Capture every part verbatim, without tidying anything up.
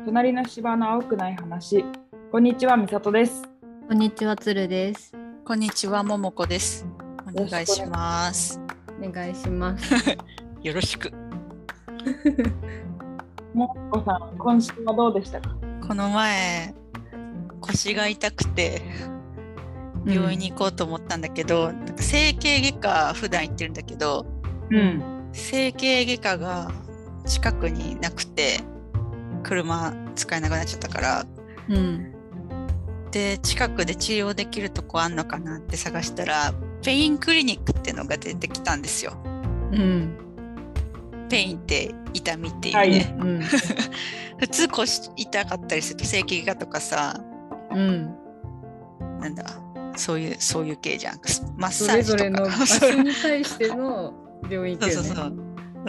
隣の芝の青くない話。こんにちは、みさとです。 こんにちは、つるです。 こんにちは、ももこです。お願いします。 お願いします。 よろしく。 ももこさん、今週はどうでしたか？ この前、腰が痛くて病院に行こうと思ったんだけど、うん、なんか整形外科普段行ってるんだけど、 うん、 整形外科が近くになくて車使えなくなっちゃったから、 うん、 で近くで治療できるとこあんのかなって探したらペインクリニックってのが出てきたんですよ。 うん、 ペインって痛みっていうね、はい、 うん、 普通腰痛かったりすると整形外科とかさ、 うん、 なんだそういうそういう系じゃん、マッサージとかそれぞれの場所に対しての病院系、ね、 そうそうそう、うん、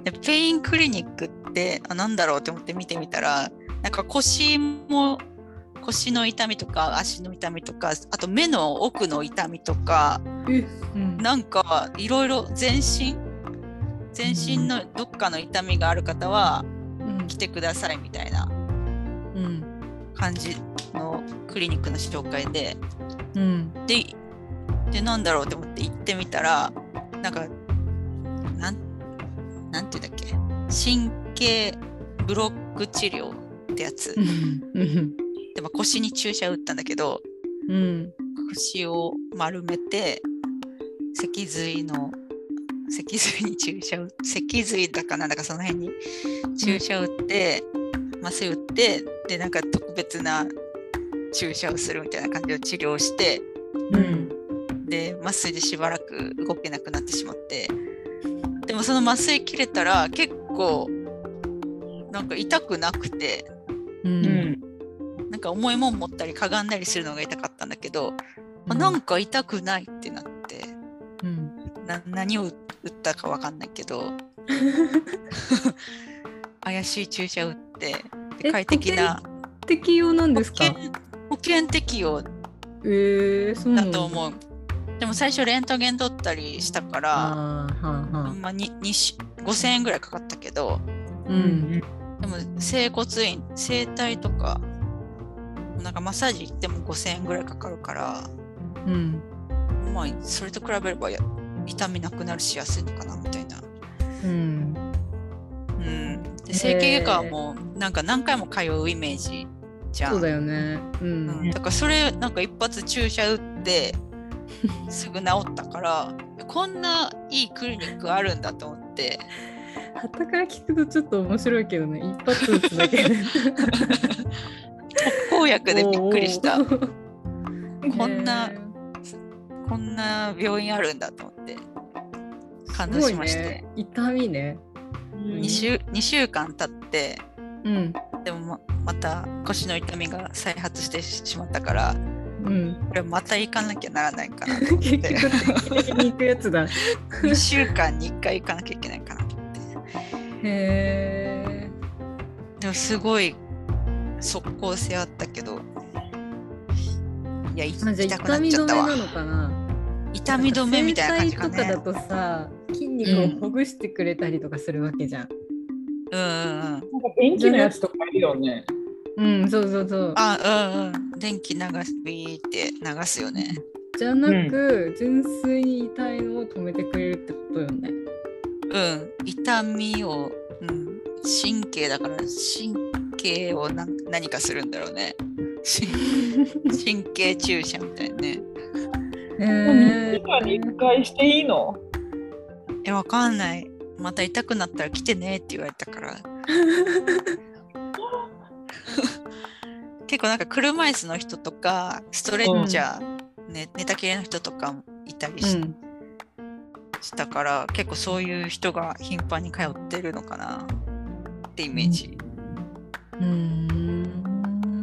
でペインクリニックってあなんだろうって思って見てみたら、なんか腰も腰の痛みとか足の痛みとか、あと目の奥の痛みとか、 うん、 なんかいろいろ全身全身のどっかの痛みがある方は来てくださいみたいな感じのクリニックの紹介で、 うん、 で, でなんだろうって思って行ってみたら、なんかなんなんていうんだっけ、神経ブロック治療ってやつ、でも腰に注射打ったんだけど、 うん、 腰を丸めて脊髄の脊髄に注射を脊髄だかなんだかその辺に注射を打って、うん、麻酔打って、でなんか特別な注射をするみたいな感じで治療して、 うん、 で麻酔でしばらく動けなくなってしまって、でもその麻酔切れたら結構なんか痛くなくて、 うん、 なんか重いもん持ったりかがんだりするのが痛かったんだけど、うん、なんか痛くないってなって、 うん、 な何を打ったか分かんないけど怪しい注射打って快適な適用なんですか？ 保険、保険適用だと思う。でも最初レントゲン取ったりしたから、 あ、はあはあ、 まあ、ににごせんえんぐらいかかったけど、 うん、 でも整骨院整体とかなんかマッサージ行ってもごせんえんぐらいかかるから、 うん、 まあそれと比べれば痛みなくなるし安いのかなみたいな、 うんうん、で整形外科はもうなんか何回も通うイメージじゃん。 そうだよね、うんうん、だからそれなんか一発注射打ってすぐ治ったからこんないいクリニックあるんだと思って。 傍から聞くとちょっと面白いけどね、一発打つだけで特効薬でびっくりした。こんなこんな病院あるんだと思って感動しまして、 ね、痛みね、 2週、にしゅうかん経って、 うん、 でも ま, また腰の痛みが再発してしまったから、 うん、 これまた行かなきゃならないかなと思って定期的に行くやつだにしゅうかんにいっかい行かなきゃいけないかなと思って。 へー、でもすごい即効性あったけど、いや行きたくなっちゃったわ。 痛み止めなのかな、 痛み止めみたいな感じかね。 整体とかだとさ、筋肉をほぐしてくれたりとかするわけじゃん。 うんうんうん。 なんか電気のやつとかいるよね。 うん、そうそうそう。 あ、うんうん。電気流す、ビーって流すよね。 じゃなく、うん、純粋に痛いのを止めてくれるってことよね。 うん。痛みを、うん、神経だから神経をな何かするんだろうね。神経注射みたいね。 えー、にしゅうかんにいっかいしていいの？ え、わかんない。また痛くなったら来てねって言われたから結構なんか車椅子の人とかストレッチャー、うんね、寝たきりの人とかもいたり し,、うん、したから結構そういう人が頻繁に通ってるのかなってイメージ。 うん、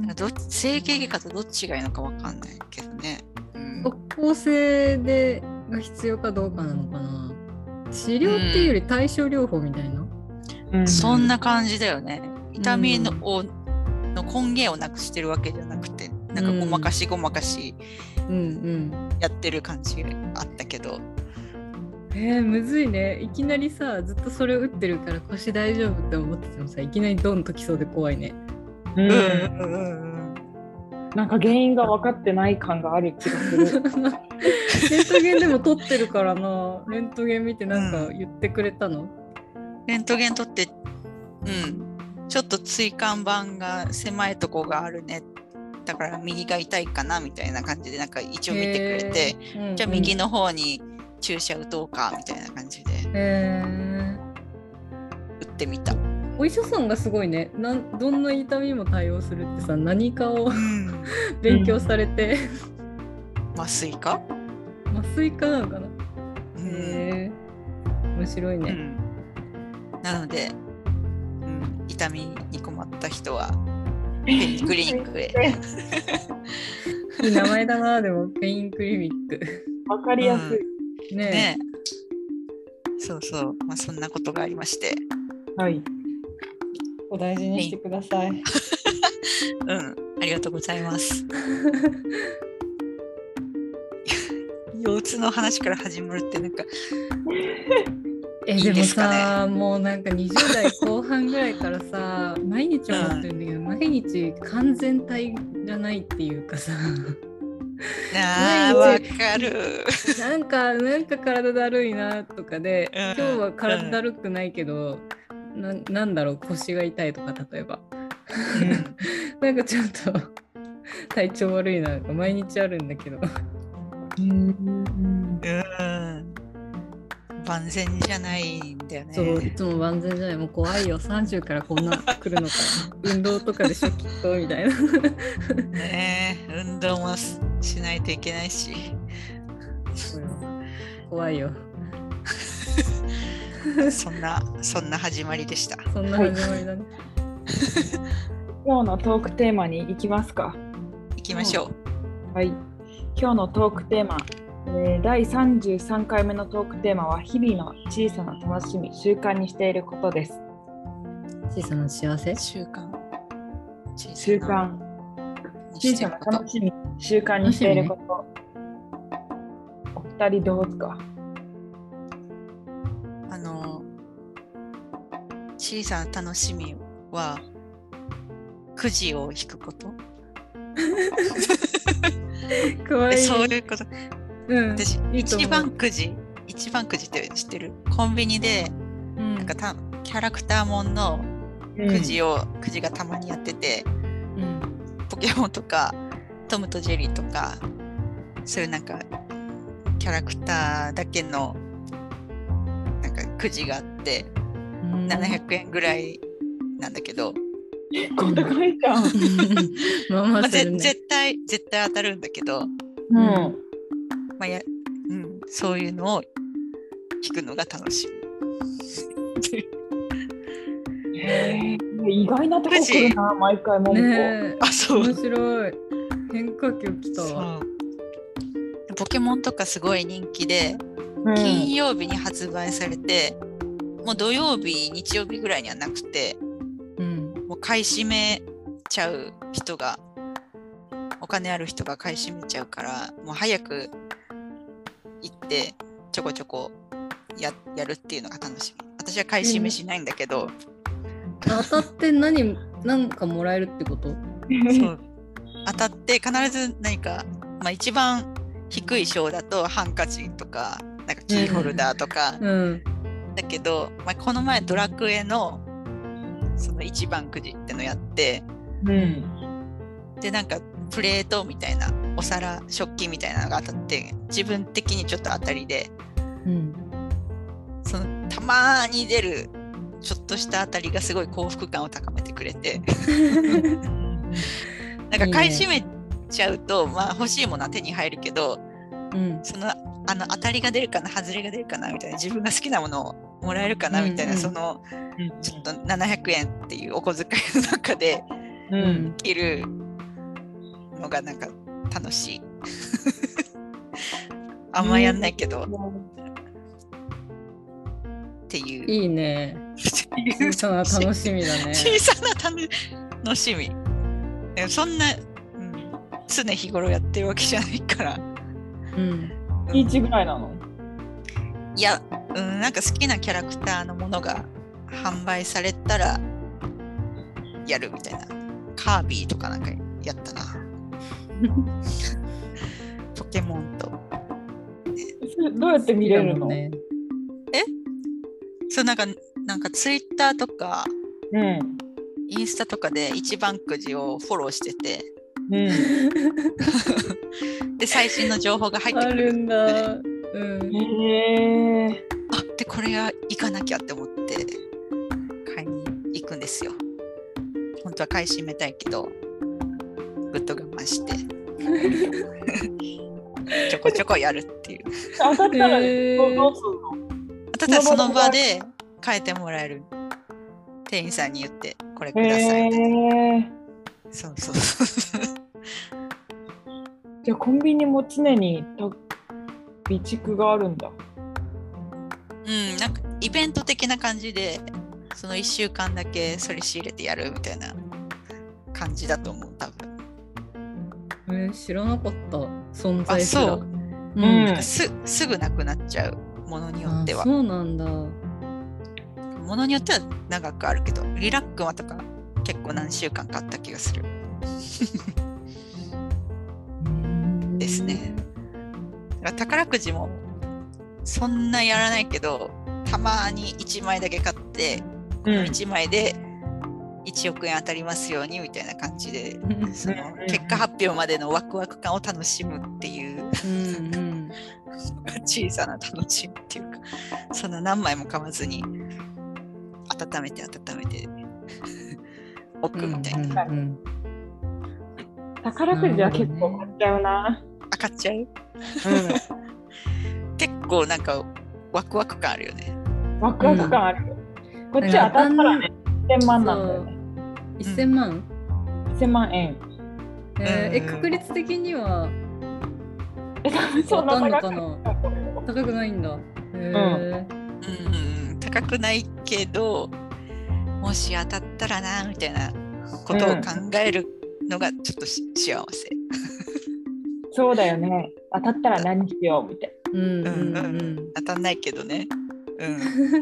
ど整形外科とどっちがいいのかわかんないけどね。 即効性でが必要かどうかなのかな。治療っていうより対症療法みたいな、 うん、そんな感じだよね。痛みの,、うん、の根源をなくしてるわけじゃなくて、なんかごまかしごまかしやってる感じがあったけど、 へえー、むずいね。いきなりさ、ずっとそれを打ってるから腰大丈夫って思っててもさ、いきなりドンときそうで怖いね。 うんうんうんうんうん。 なんか原因が分かってない感がある気がする。 レントゲンでも撮ってるからな。レントゲン見てなんか言ってくれたの？ レントゲン取って、うん、ちょっと椎間板が狭いとこがあるね。だから右が痛いかなみたいな感じでなんか一応見てくれて、 へー、 じゃあ右の方に注射打とうかみたいな感じでへ打ってみた。 ー、お医者さんがすごいね。なんどんな痛みも対応するってさ、何かをうん勉強されて、 麻酔か、 麻酔科なのかな。 うんへー、面白いうね。 ん、なので、うん、痛みに困った人はペインクリニックへ。 いい名前だな、でもペインクリニック。 分かりやすい。 ねえ。 ねえ、そうそう、まあそんなことがありまして、 はい。 お大事にしてください。 うん、ありがとうございます。腰痛の話から始まるってなんかえ、 いいでもですかね。 さ、もうなんかにじゅう代後半ぐらいからさ、毎日思ってるんだけど、毎日完全体じゃないっていうかさ、 あー、わ毎日かる。 なんか、なんか体だるいなとかで、 うん今日は体だるくないけど、な、なんだろう、腰が痛いとか、例えば。なんかちょっと体調悪いなとか毎日あるんだけど。 うん。 うん、万全じゃないんだよね。 そう、いつも万全じゃない。もう怖いよ。さんじゅうからこんな来るのか。運動とかでしょ、きっと、みたいな。 ねえ、運動もしないといけないし。 そうよ、怖いよ。 そんな、そんな始まりでした。 そんな始まりだね。 今日のトークテーマに行きますか。 行きましょう。 はい。今日のトークテーマ、えー、だいさんじゅうさんかいめのトークテーマは日々の小さな楽しみ、習慣にしていることです。 小さな幸せ。 習慣。小習さな慣、 に小さなしてること楽しみ、習慣にしていること。お二人どうですか？ あの、小さな楽しみは、くじを引くこと。 かわいい。 そういうこと。 うん、 私、 いいと思う一番くじ、一番くじって知ってる？コンビニで、 うん、 なんかたキャラクターもんのくじを、うん、くじがたまにやってて、 うん、 ポケモンとかトムとジェリーとかそういうなんかキャラクターだけのなんかくじがあって、うん、ななひゃくえんぐらいなんだけど、 結構高いじゃん。 まあまあまあ、 するね。 絶対絶対当たるんだけど、 うん、 まあやうん、そういうのを引くのが楽しみ。へー、意外なとこ来るな、毎回もう、 ね、 あ、そう、 面白い。変化球来たわ。 ポケモンとかすごい人気で、うん、金曜日に発売されて、もう土曜日日曜日ぐらいにはなくて、 うん、 もう買い占めちゃう人が、お金ある人が買い占めちゃうから、もう早く行ってちょこちょこ や, やるっていうのが楽しみ。私は買い占めしないんだけど、うん、 当たって何何かもらえるってこと？ そう当たって必ず何か、まあ、一番低い賞だとハンカチとかなんかキーホルダーとか、 うん、 だけど、まあ、この前ドラクエのその一番くじってのやって、 うん、 でなんかプレートみたいなお皿食器みたいなのが当たって自分的にちょっと当たりで、 うん、 そのたまに出るちょっとした当たりがすごい幸福感を高めてくれてなんか買い占めちゃうといい、ね、まあ欲しいものは手に入るけど、うん、そのあの当たりが出るかな外れが出るかなみたいな自分が好きなものをもらえるかなみたいな、うんうん、そのちょっとななひゃくえんっていうお小遣いの中で生きるのがなんか楽しいあんまやんないけど、うん、っていういいね小さな楽しみだね小さな楽しみそんな、うん、常日頃やってるわけじゃないから、 うん、 いちぐらいなの？ いや、うん、なんか好きなキャラクターのものが販売されたらやるみたいな。カービィとかなんかやったな。ポケモンと。 それどうやって見れるの？ ね、 そうなんか、なんかツイッターとか、 うん。 インスタとかで一番くじをフォローしてて、 うん。 で、最新の情報が入ってくる。 あるんだ。うん。 へえ。 あ、で、これは行かなきゃって思って買いに行くんですよ。本当は買い占めたいけど、ぐっと我慢して、ちょこちょこやるっていう。 当たったらへーどうどうするの？ ただその場で変えてもらえる。店員さんに言って、これください。 へえ。 そうそうそう。 じゃあコンビニも常にと備蓄があるんだ。 うん、なんかイベント的な感じで、そのいっしゅうかんだけそれ仕入れてやるみたいな感じだと思う、多分。 えー、知らなかった存あ、 在すら。 そう。 うんうんなんかすすぐなくなっちゃうものによっては。 あそうなんだ。 ものによっては長くあるけど、リラックマとか結構何週間かあった気がする。ですね。だから宝くじもそんなやらないけど、たまにいちまいだけ買って、このいちまいでいちおくえん当たりますようにみたいな感じで、その結果発表までのワクワク感を楽しむっていううんうん小さな楽しみっていうか、そんな何枚も買わずに温めて温めて置くみたいな。 うんうん宝くじは結構買っちゃうな。 あ、買っちゃう？ うん。 結構なんかワクワク感あるよね。 ワクワク感ある。こっちは当たったらね、せんまんなんだよね。 いっせんまん、 せんまんえん。 えーえうん確率的にはえ、多分そんな当たんの高くかなない。 高くないんだ。へーうんうん、高くないけど、もし当たったらなみたいなことを考えるのがちょっとし幸せ。 そうだよね。当たったら何しようみたいうんうんううんん。 当たんないけどね。うん。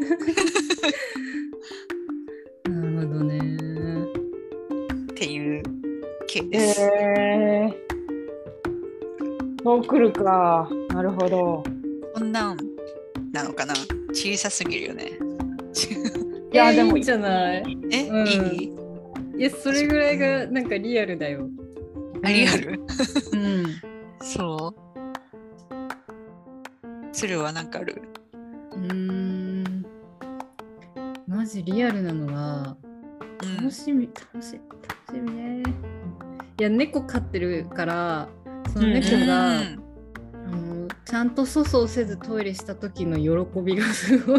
なるほどね。 っていう系な。 です。 へえ。そうくるか。なるほど。 こんなんなのかな。小さすぎるよね。 いやでもいいんじゃない？ え、 うんいい？ いや、それぐらいがなんかリアルだよ。 あ、リアル？ うん。 そう。鶴はなんかある？ うーん。マジリアルなのは、 うん楽しみ、楽しみ、楽しみね。いや、猫飼ってるから、その猫が、 うんあのちゃんと粗相せずトイレした時の喜びがすごい。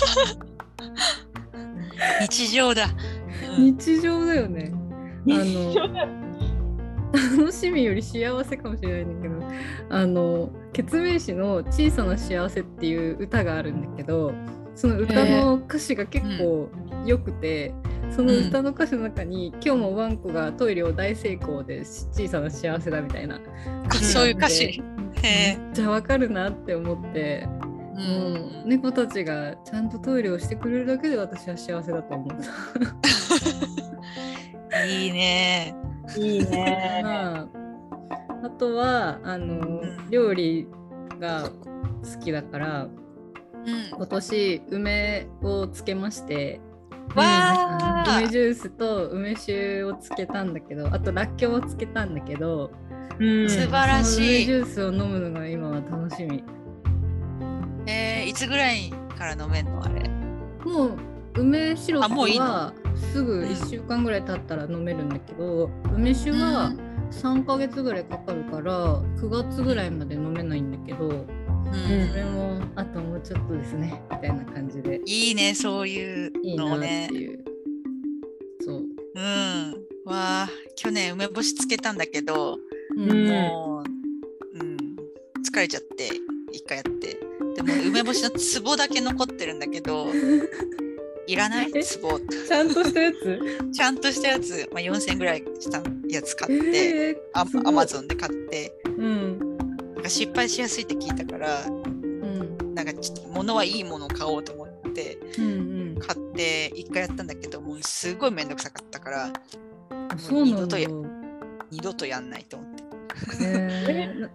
日常だ。うん日常だよね。あの楽しみより幸せかもしれないんだけど、あのケメイシの「小さな幸せ」っていう歌があるんだけど、その歌の歌詞が結構良くて、その歌の歌詞の中に「今日もワンコがトイレを大成功で小さな幸せだ」みたいなあ、そういう歌詞。へめっちゃわかるなって思って、 え。 もう猫たちがちゃんとトイレをしてくれるだけで私は幸せだと思った。 いいね。 いいね。 まあ、あとはあの、 ん料理が好きだからうん。 今年梅をつけまして、 わー梅ジュースと梅酒をつけたんだけど、あとらっきょうをつけたんだけど、 うん。 素晴らしいその梅ジュースを飲むのが今は楽しみ。 えー、いつぐらいから飲めんのあれ？ もう梅シロッあもういいのプはすぐいっしゅうかんぐらい経ったら飲めるんだけど、梅酒はさんかげつぐらいかかるからくがつぐらいまで飲めないんだけど、 うんうんそれもあともうちょっとですねみたいな感じでいいね、そういういいなってのをね。 いう。そう。 うん。わあ、去年梅干しつけたんだけど、 うんもう、うん、疲れちゃって一回やって。でも梅干しの壺だけ残ってるんだけど、いらないえ壺。 ちゃんとしたやつちゃんとしたやつ、まあ、よんせんえんぐらいしたやつ買って、 えーアすごいアマゾンで買って、 うんなんか失敗しやすいって聞いたから、 うんなんか物はいいものを買おうと思ってうん買って一回やったんだけど、もうすごいめんどくさかったから、 うん、そうなんだ。 二度とや二度とやんないと思って。 えー、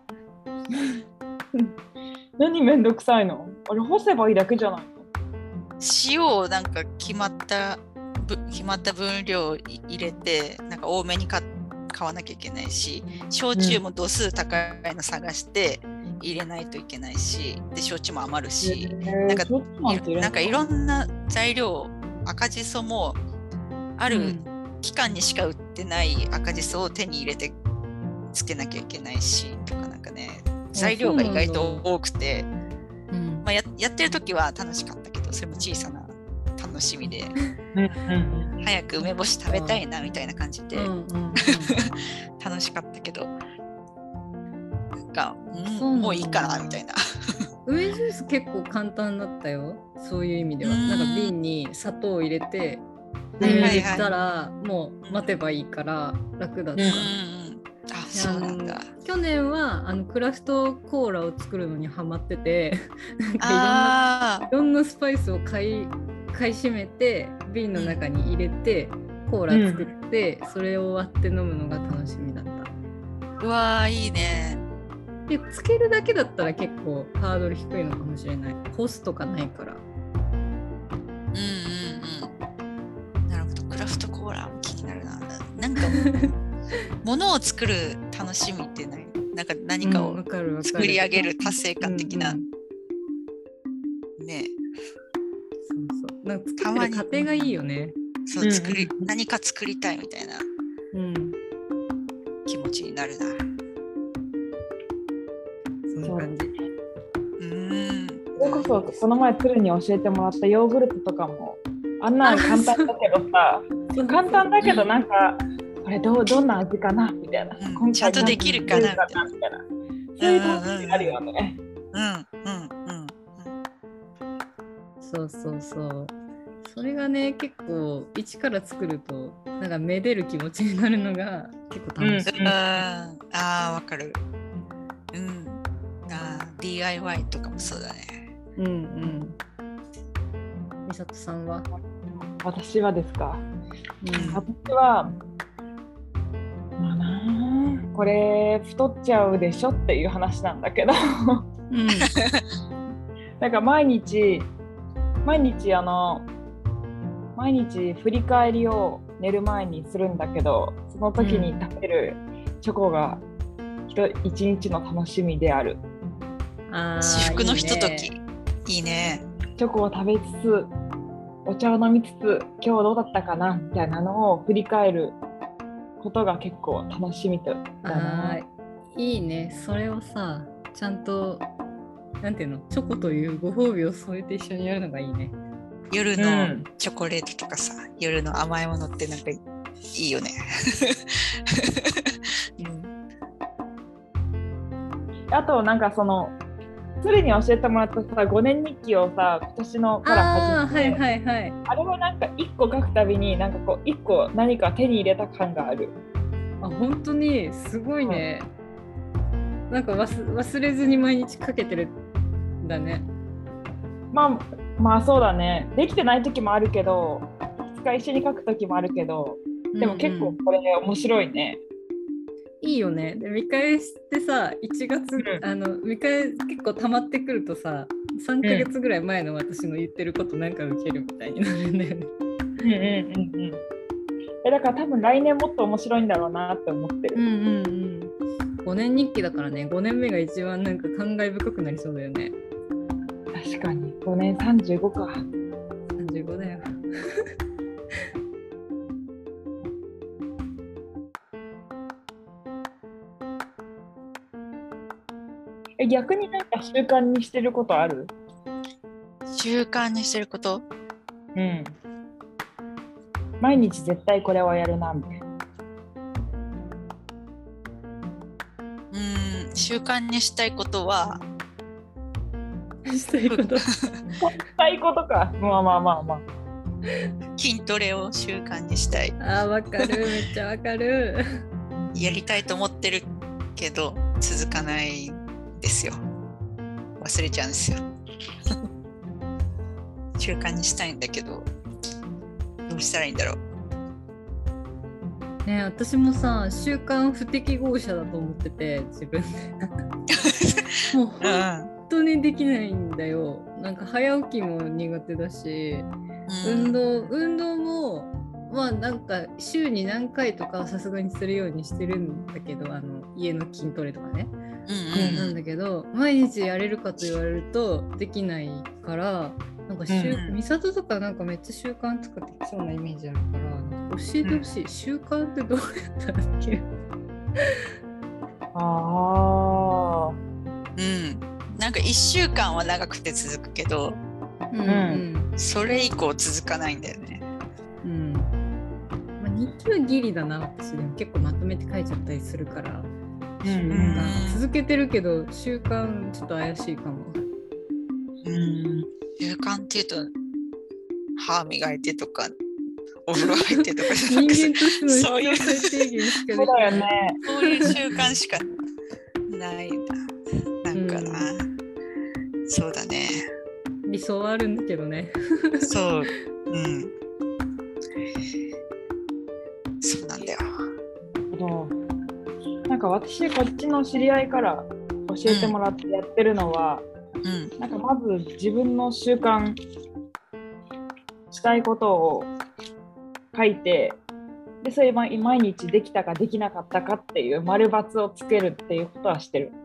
何めんどくさいの？あれ干せばいいだけじゃないの？ 塩をなんか決まった決まった分量入れて、なんか多めに買買わなきゃいけないし、焼酎も度数高いの探して入れないといけないし、で焼酎も余るし、なんかなんかいろんな材料、赤じそもある期間にしか売ってない赤じそを手に入れてつけなきゃいけないしとか、なんかね材料が意外と多くて、 うんまあ、や, やってる時は楽しかったけど、それも小さな楽しみで早く梅干し食べたいなみたいな感じで、うんうんうん、楽しかったけど、なんか、うん、もういいかなみたいな。 梅ジュース結構簡単だったよ、そういう意味では。なんか瓶に砂糖を入れて入れたらもう待てばいいから楽だった。うんうん、 あ、そうなんだ。 去年はあのクラフトコーラを作るのにハマってて、なんかいろんな、いろんなスパイスを買い買い占めて瓶の中に入れてコーラ作って、うん、それを割って飲むのが楽しみだった。 うわー、いいね。 でつけるだけだったら結構ハードル低いのかもしれない。干すとかないから。 うんうんうん。なるほど。クラフトコーラも気になるな。なんか物を作る楽しみってない？なんか何かを作り上げる達成感的な、うんうん、ね。 そうそう。なんか作ってる過程がいいよね。 そう、作り、うん、何か作りたいみたいな、 うん、 気持ちになるな。 そんな感じ。 うん。 それこそこの前鶴に教えてもらったヨーグルトとかもあんなの簡単だけどさ、簡単だけどなんか、これ ど, どんな味かなみたいな、 うん、ちゃんとできるかなみたいな、 そういう楽しみあるよね。 うんうんうん。 そうそうそう。それがね結構一から作るとなんかめでる気持ちになるのが結構楽しい。 うん、ああわかる。うん。あ ディーアイワイ とかもそうだね。 うんうん。みさとさんは？ 私はですか。 うん、 私はまあなこれ太っちゃうでしょっていう話なんだけど、うん、なんか毎日毎日あの毎日振り返りを寝る前にするんだけど、その時に食べるチョコが一日の楽しみである。 あ至福のひととき。いいね。 チョコを食べつつお茶を飲みつつ今日はどうだったかなみたいなのを振り返ることが結構楽しみだな。 あいいね。それをさちゃんとなんていうの、チョコというご褒美を添えて一緒にやるのがいいね。 夜のチョコレートとかさ、うん、夜の甘いものってなんかいいよね、 うん、あとなんかその鶴に教えてもらったさごねん日記をさ今年のから始めて、 あ、はいはいはい、 あれはなんかいっこ書くたびになんかこういっこ何か手に入れた感がある。 あ、本当にすごいね、うん、なんか 忘, 忘れずに毎日書けてるんだね。 まあまあそうだね。できてない時もあるけど、いつか一緒に書く時もあるけど、でも結構これ面白いね。 うんうん、いいよね。で見返してさ、いちがつ、うん、あの見返結構溜まってくるとさ、さんかげつぐらい前の私の言ってることなんか受けるみたいになるんだよね。 うんうんうんうん。えだから多分来年もっと面白いんだろうなって思ってる。 うんうんうん。ごねん日記だからね、ごねんめが一番なんか感慨深くなりそうだよね。 確かにごねんさんじゅうごか。 さんじゅうごだよ。 え逆になんか習慣にしてることある？ 習慣にしてること？ うん。毎日絶対これはやるなみたいな。 うん、習慣にしたいことはしたいことしたいことか。まあまあまあまあ。 筋トレを習慣にしたい。 あーわかる、めっちゃわかる。 やりたいと思ってるけど続かないんですよ。忘れちゃうんですよ。 習慣にしたいんだけど、どうしたらいいんだろね、私もさ習慣不適合者だと思ってて自分でもう本当にできないんだよ。なんか早起きも苦手だし、うん、運動運動もまあなんか週に何回とかはさすがにするようにしてるんだけど、あの家の筋トレとかね、うんうん、なんだけど毎日やれるかと言われるとできないから、なんか習、うん、美里とかなんかめっちゃ習慣とかできそうなイメージあるから教えてほしい、うん、習慣ってどうやったらできる？ ああ、 うんなんかいっしゅうかんは長くて続くけど、 うんうん、 それ以降続かないんだよね。 うん、まあ、日記はギリだな。私でも結構まとめて書いちゃったりするから、習慣続けてるけど習慣ちょっと怪しいかも。 うん習慣っていうと歯磨いてとかお風呂入ってとか人間としての必要最低限しかできない。 そうだよね。 そういう習慣しかないな。なんかな、うん、そうだね。 理想はあるんだけどね。 そう、うん。そうなんだよ。 なんか私こっちの知り合いから教えてもらってやってるのは、 うん、 なんかまず自分の習慣したいことを書いて、でそれ毎日できたかできなかったかっていう丸×をつけるっていうことはしてる。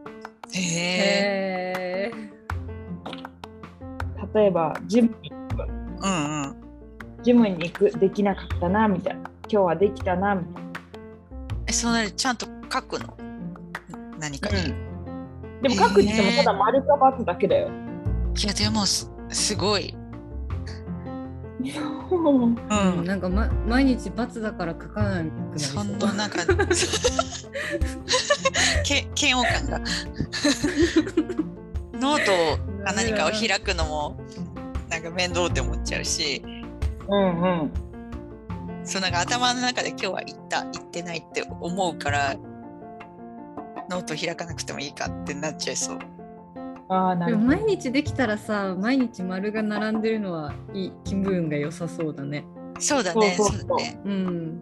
へー。 例えばジムに行く、 うんうん、 ジムに行くできなかったなみたいな、今日はできたなみたいな。 えそれちゃんと書くの？何かに、うん、 でも書くって言ってもただ丸か×だけだよ。 いやでも す, すごいうん、なんか、ま、毎日×だから書かないくなりそう。 そんななんかけ嫌悪感がノートを何かを開くのもなんか面倒って思っちゃうし、 うんうん、 そうなんか頭の中で今日は行った行ってないって思うからノート開かなくてもいいかってなっちゃいそう。 あ、なるほど。 でも毎日できたらさ、毎日丸が並んでるのはいい、気分が良さそうだね。 そうだね。 そうそうそう。 そうだね。 うん。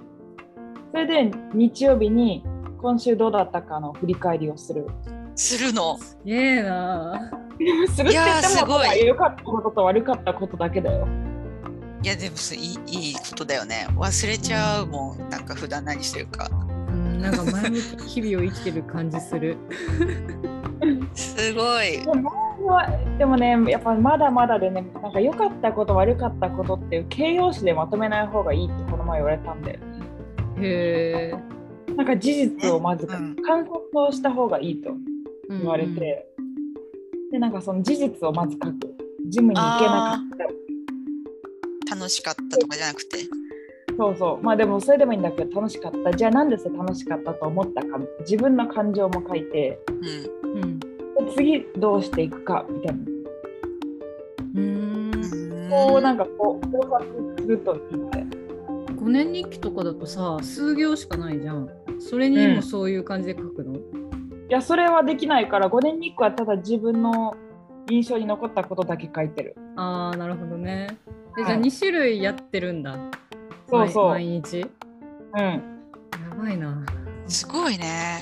それで日曜日に今週どうだったかの振り返りをする。 するの。 すげえな。 するって言っても良かったことと悪かったことだけだよ。 いやでもいい、いいことだよね。忘れちゃうもん。なんか普段何してるか。 うん、なんか前向き日々を生きてる感じする。 すごい。 でもね、やっぱまだまだでね、なんか良かったこと悪かったことっていう形容詞でまとめない方がいいってこの前言われたんだよね。 へー。 なんか事実をまず、うん、観察をした方がいいと言われて、うんうん、でなんかその事実をまず書く。ジムに行けなかった。 楽しかったとかじゃなくて。 そうそう。まあでもそれでもいいんだけど、楽しかった。じゃあなんでそれ楽しかったと思ったか、自分の感情も書いて、 うんうん、 で次どうしていくかみたいな。 うーん。 こうなんかこう考察するといいみたいな。 ごねん日記とかだとさ、数行しかないじゃん。それにもそういう感じで書くの？うん、いや、それはできないから、ごねん日記はただ自分の印象に残ったことだけ書いてる。 ああ、なるほどね。で、じゃあに種類やってるんだ。 そうそう。 毎日。 うん。 やばいな。 すごいね。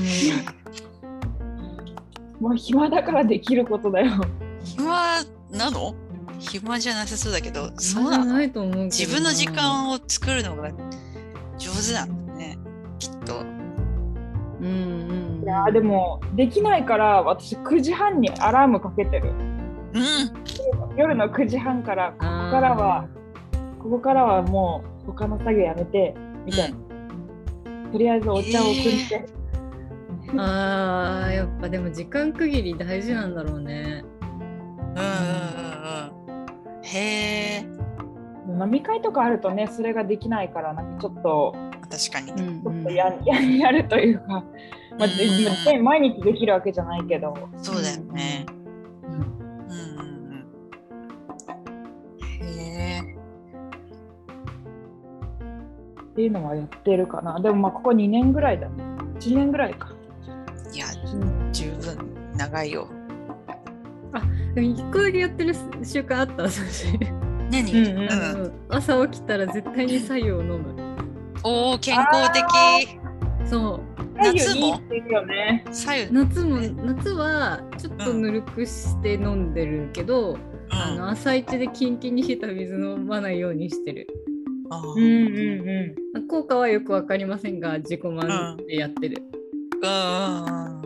うん。もう暇だからできることだよ。 暇なの？暇じゃなさそうだけど、そうなの？ ないと思うけどな。 自分の時間を作るのが上手なんだね、きっと。 うんうん。 いやでもできないから私くじはんにアラームかけてる。 うん。 夜のくじはんからここからはここからはもう他の作業やめてみたいな。うん、とりあえずお茶を送って。 えー、あーやっぱでも時間区切り大事なんだろうね。 うんうんうんうん。へー。飲み会とかあるとねそれができないからなんかちょっと確かにちょっと や,、うん、や, やるというか、まあうん、毎日できるわけじゃないけど。 そうだよね。うんうんうん。へー。 っていうのはやってるかな。でもまあここにねんぐらいだね。いちねんぐらいか。 いや十分長いよ。 あ、でも一個だけやってる習慣あった私。 何、 うんうんあの朝起きたら絶対に白湯を飲む。 おお、健康的。 そう。 夏もいいって言うよね。 白湯。 夏も夏はちょっとぬるくして飲んでるけど、 うん、 あの朝一でキンキンに冷えた水飲まないようにしてる。 あーうんうんう効果はよくわかりませんが自己満でやってる。 うんうんうん。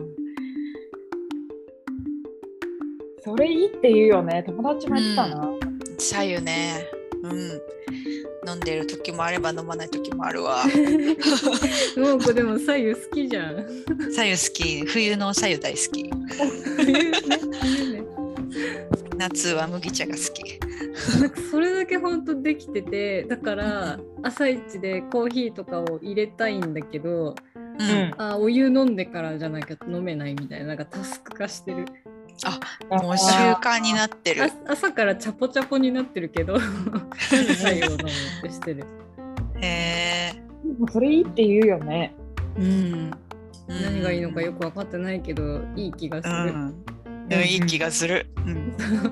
それいいって言うよね。友達も言ってたな。 白湯ね。うん。飲んでる時もあれば飲まない時もあるわ。 もうこでも白湯好きじゃん。 白湯好き。冬の白湯大好き。 冬ね冬ね。 夏は麦茶が好き。 なんかそれだけ本当できてて、だから朝一でコーヒーとかを入れたいんだけど、 うん。 うん。 あお湯飲んでからじゃなきゃ飲めないみたいな、なんかタスク化してる。 あ、もう習慣になってる。 あ朝からチャポチャポになってるけど白湯を飲むってしてる。 へえ。 それいいって言うよね。 うん何がいいのかよく分かってないけどいい気がする。 うん。うん、いい気がする。うん、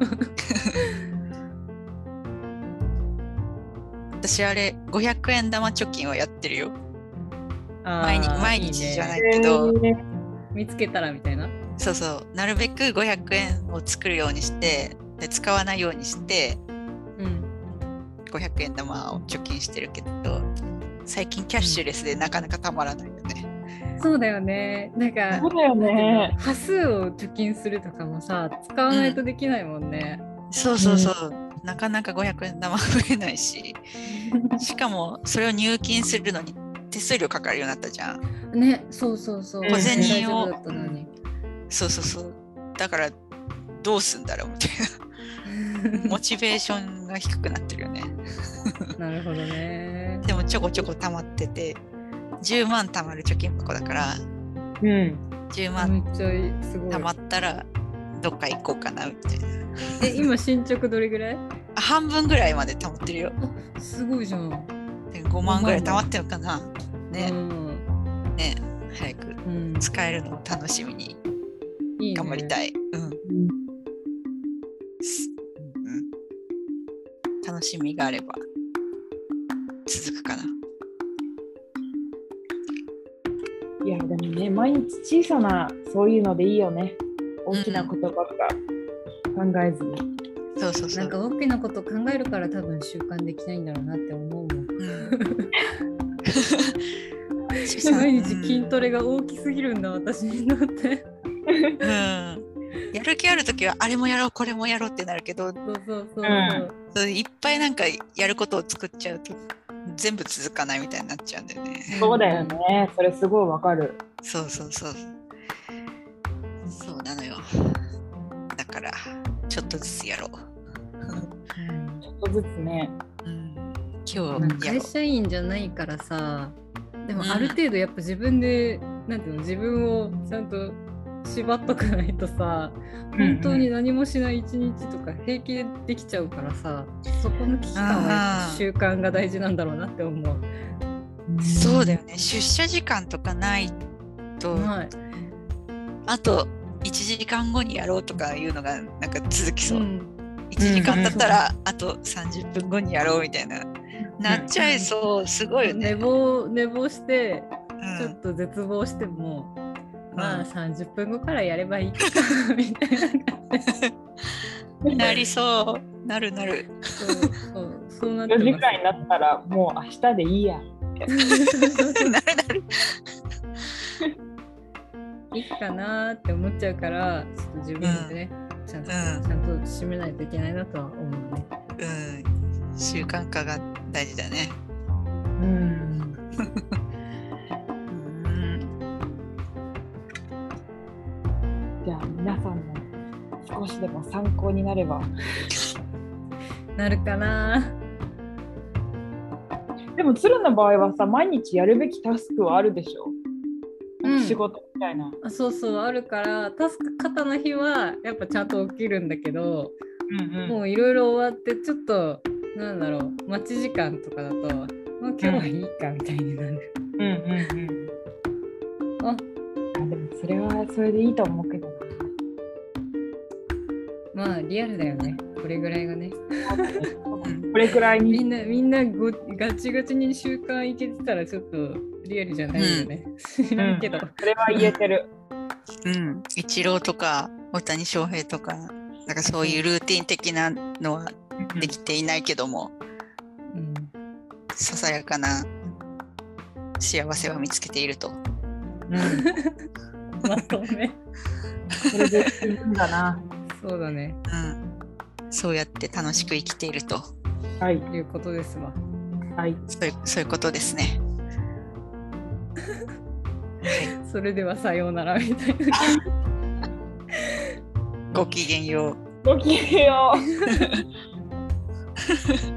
私あれごひゃくえん玉貯金をやってるよ。毎日毎日じゃないけど、 えー、 見つけたらみたいな。 そうそう、なるべくごひゃくえんを作るようにしてで使わないようにしてうんごひゃくえん玉を貯金してるけど、最近キャッシュレスでなかなかたまらないよね。 そうだよね。なんかそうだよね。 端数を貯金するとかもさ使わないとできないもんね。 そうそうそう、うん、なかなかごひゃくえん玉増えないししかもそれを入金するのに手数料かかるようになったじゃんね。そうそうそう。 小銭を、 大丈夫だったのに。 そうそうそう、だからどうすんだろうみたいなモチベーションが低くなってるよね。 なるほどね。 でもちょこちょこ溜まっててじゅうまん貯まる貯金箱だからうんじゅうめっまんちゃいいすごい。 貯まったらどっか行こうかなみたいな。 え今進捗どれぐらい？ あ、半分ぐらいまで貯まってるよ。 あすごいじゃん。 でごまんぐらい貯まってるかなね、 うんね、早くうん、 使えるのを楽しみにいいね頑張りたい。うんうんうん、楽しみがあれば続くかな。 いやでもね、毎日小さなそういうのでいいよね。大きなことばっか考えずに、 うん、そうそうそう。 なんか大きなこと考えるから多分習慣できないんだろうなって思うもん。 うん毎日筋トレが大きすぎるんだ私にとって。 うん、やる気あるときはあれもやろうこれもやろうってなるけど、 そうそうそうそう、 うんそういっぱいなんかやることを作っちゃうと全部続かないみたいになっちゃうんだよね。 そうだよね。それすごいわかる。 そうそうそう。そうなのよ。だからちょっとずつやろう。 ちょっとずつね。 うん、今なんか日やろう。 会社員じゃないからさ、でもうんある程度やっぱ自分で、なんていうの、自分をちゃんと縛っとかないとさ、本当に何もしない一日とか平気でできちゃうからさ、そこの危機感はやっぱ習慣が大事なんだろうなって思う。 そうだよね。出社時間とかないと、 はい、 あといちじかんごにやろうとかいうのがなんか続きそう。 うん、 いちじかん経ったらあとさんじゅっぷんごにやろうみたいな、なっちゃいそう。すごいよね。 寝坊寝坊してうん、 ちょっと絶望しても、 うん、 まあさんじゅっぷんごからやればいいかみたいな感じ。 なりそうなるなる。 そうそうそうなってよます。 じかんになったらもう明日でいいや。 なるなる。 いいかなって思っちゃうから、ちょっと自分でね、うん、ちゃんと、うん、ちゃんと締めないといけないなとは思うね。 うん、習慣化が大事だね。 うん。 うん、 じゃあ皆さんも少しでも参考になれば。 なるかな。 でも鶴の場合はさ、毎日やるべきタスクはあるでしょ、うん、仕事みたいな。 あ、そうそうあるから、タスク肩の日はやっぱちゃんと起きるんだけど、うんうん、もういろいろ終わってちょっとなんだろう、待ち時間とかだと、まあ、今日はいいかみたいになる。 うんうんうん。あ、でもそれはそれでいいと思うけどな。 まあリアルだよね。これぐらいがね。 これくらいにみんなみんなごガチガチに習慣いけてたらちょっとリアルじゃないよね。うん、知らんけど、うん。 それは言えてる。 うん。イチローとか大谷翔平とか、なんかそういうルーティン的なのはできていないけども、うん、ささやかな幸せを見つけていると。 うん、まとめ。 それでいいんだな。 そうだね。 うん。そうやって楽しく生きていると。 はい。いうことですわ。 はい。 そういう、そういうことですね。 それではさようならみたいな。 ごきげんよう。 ごきげんよう。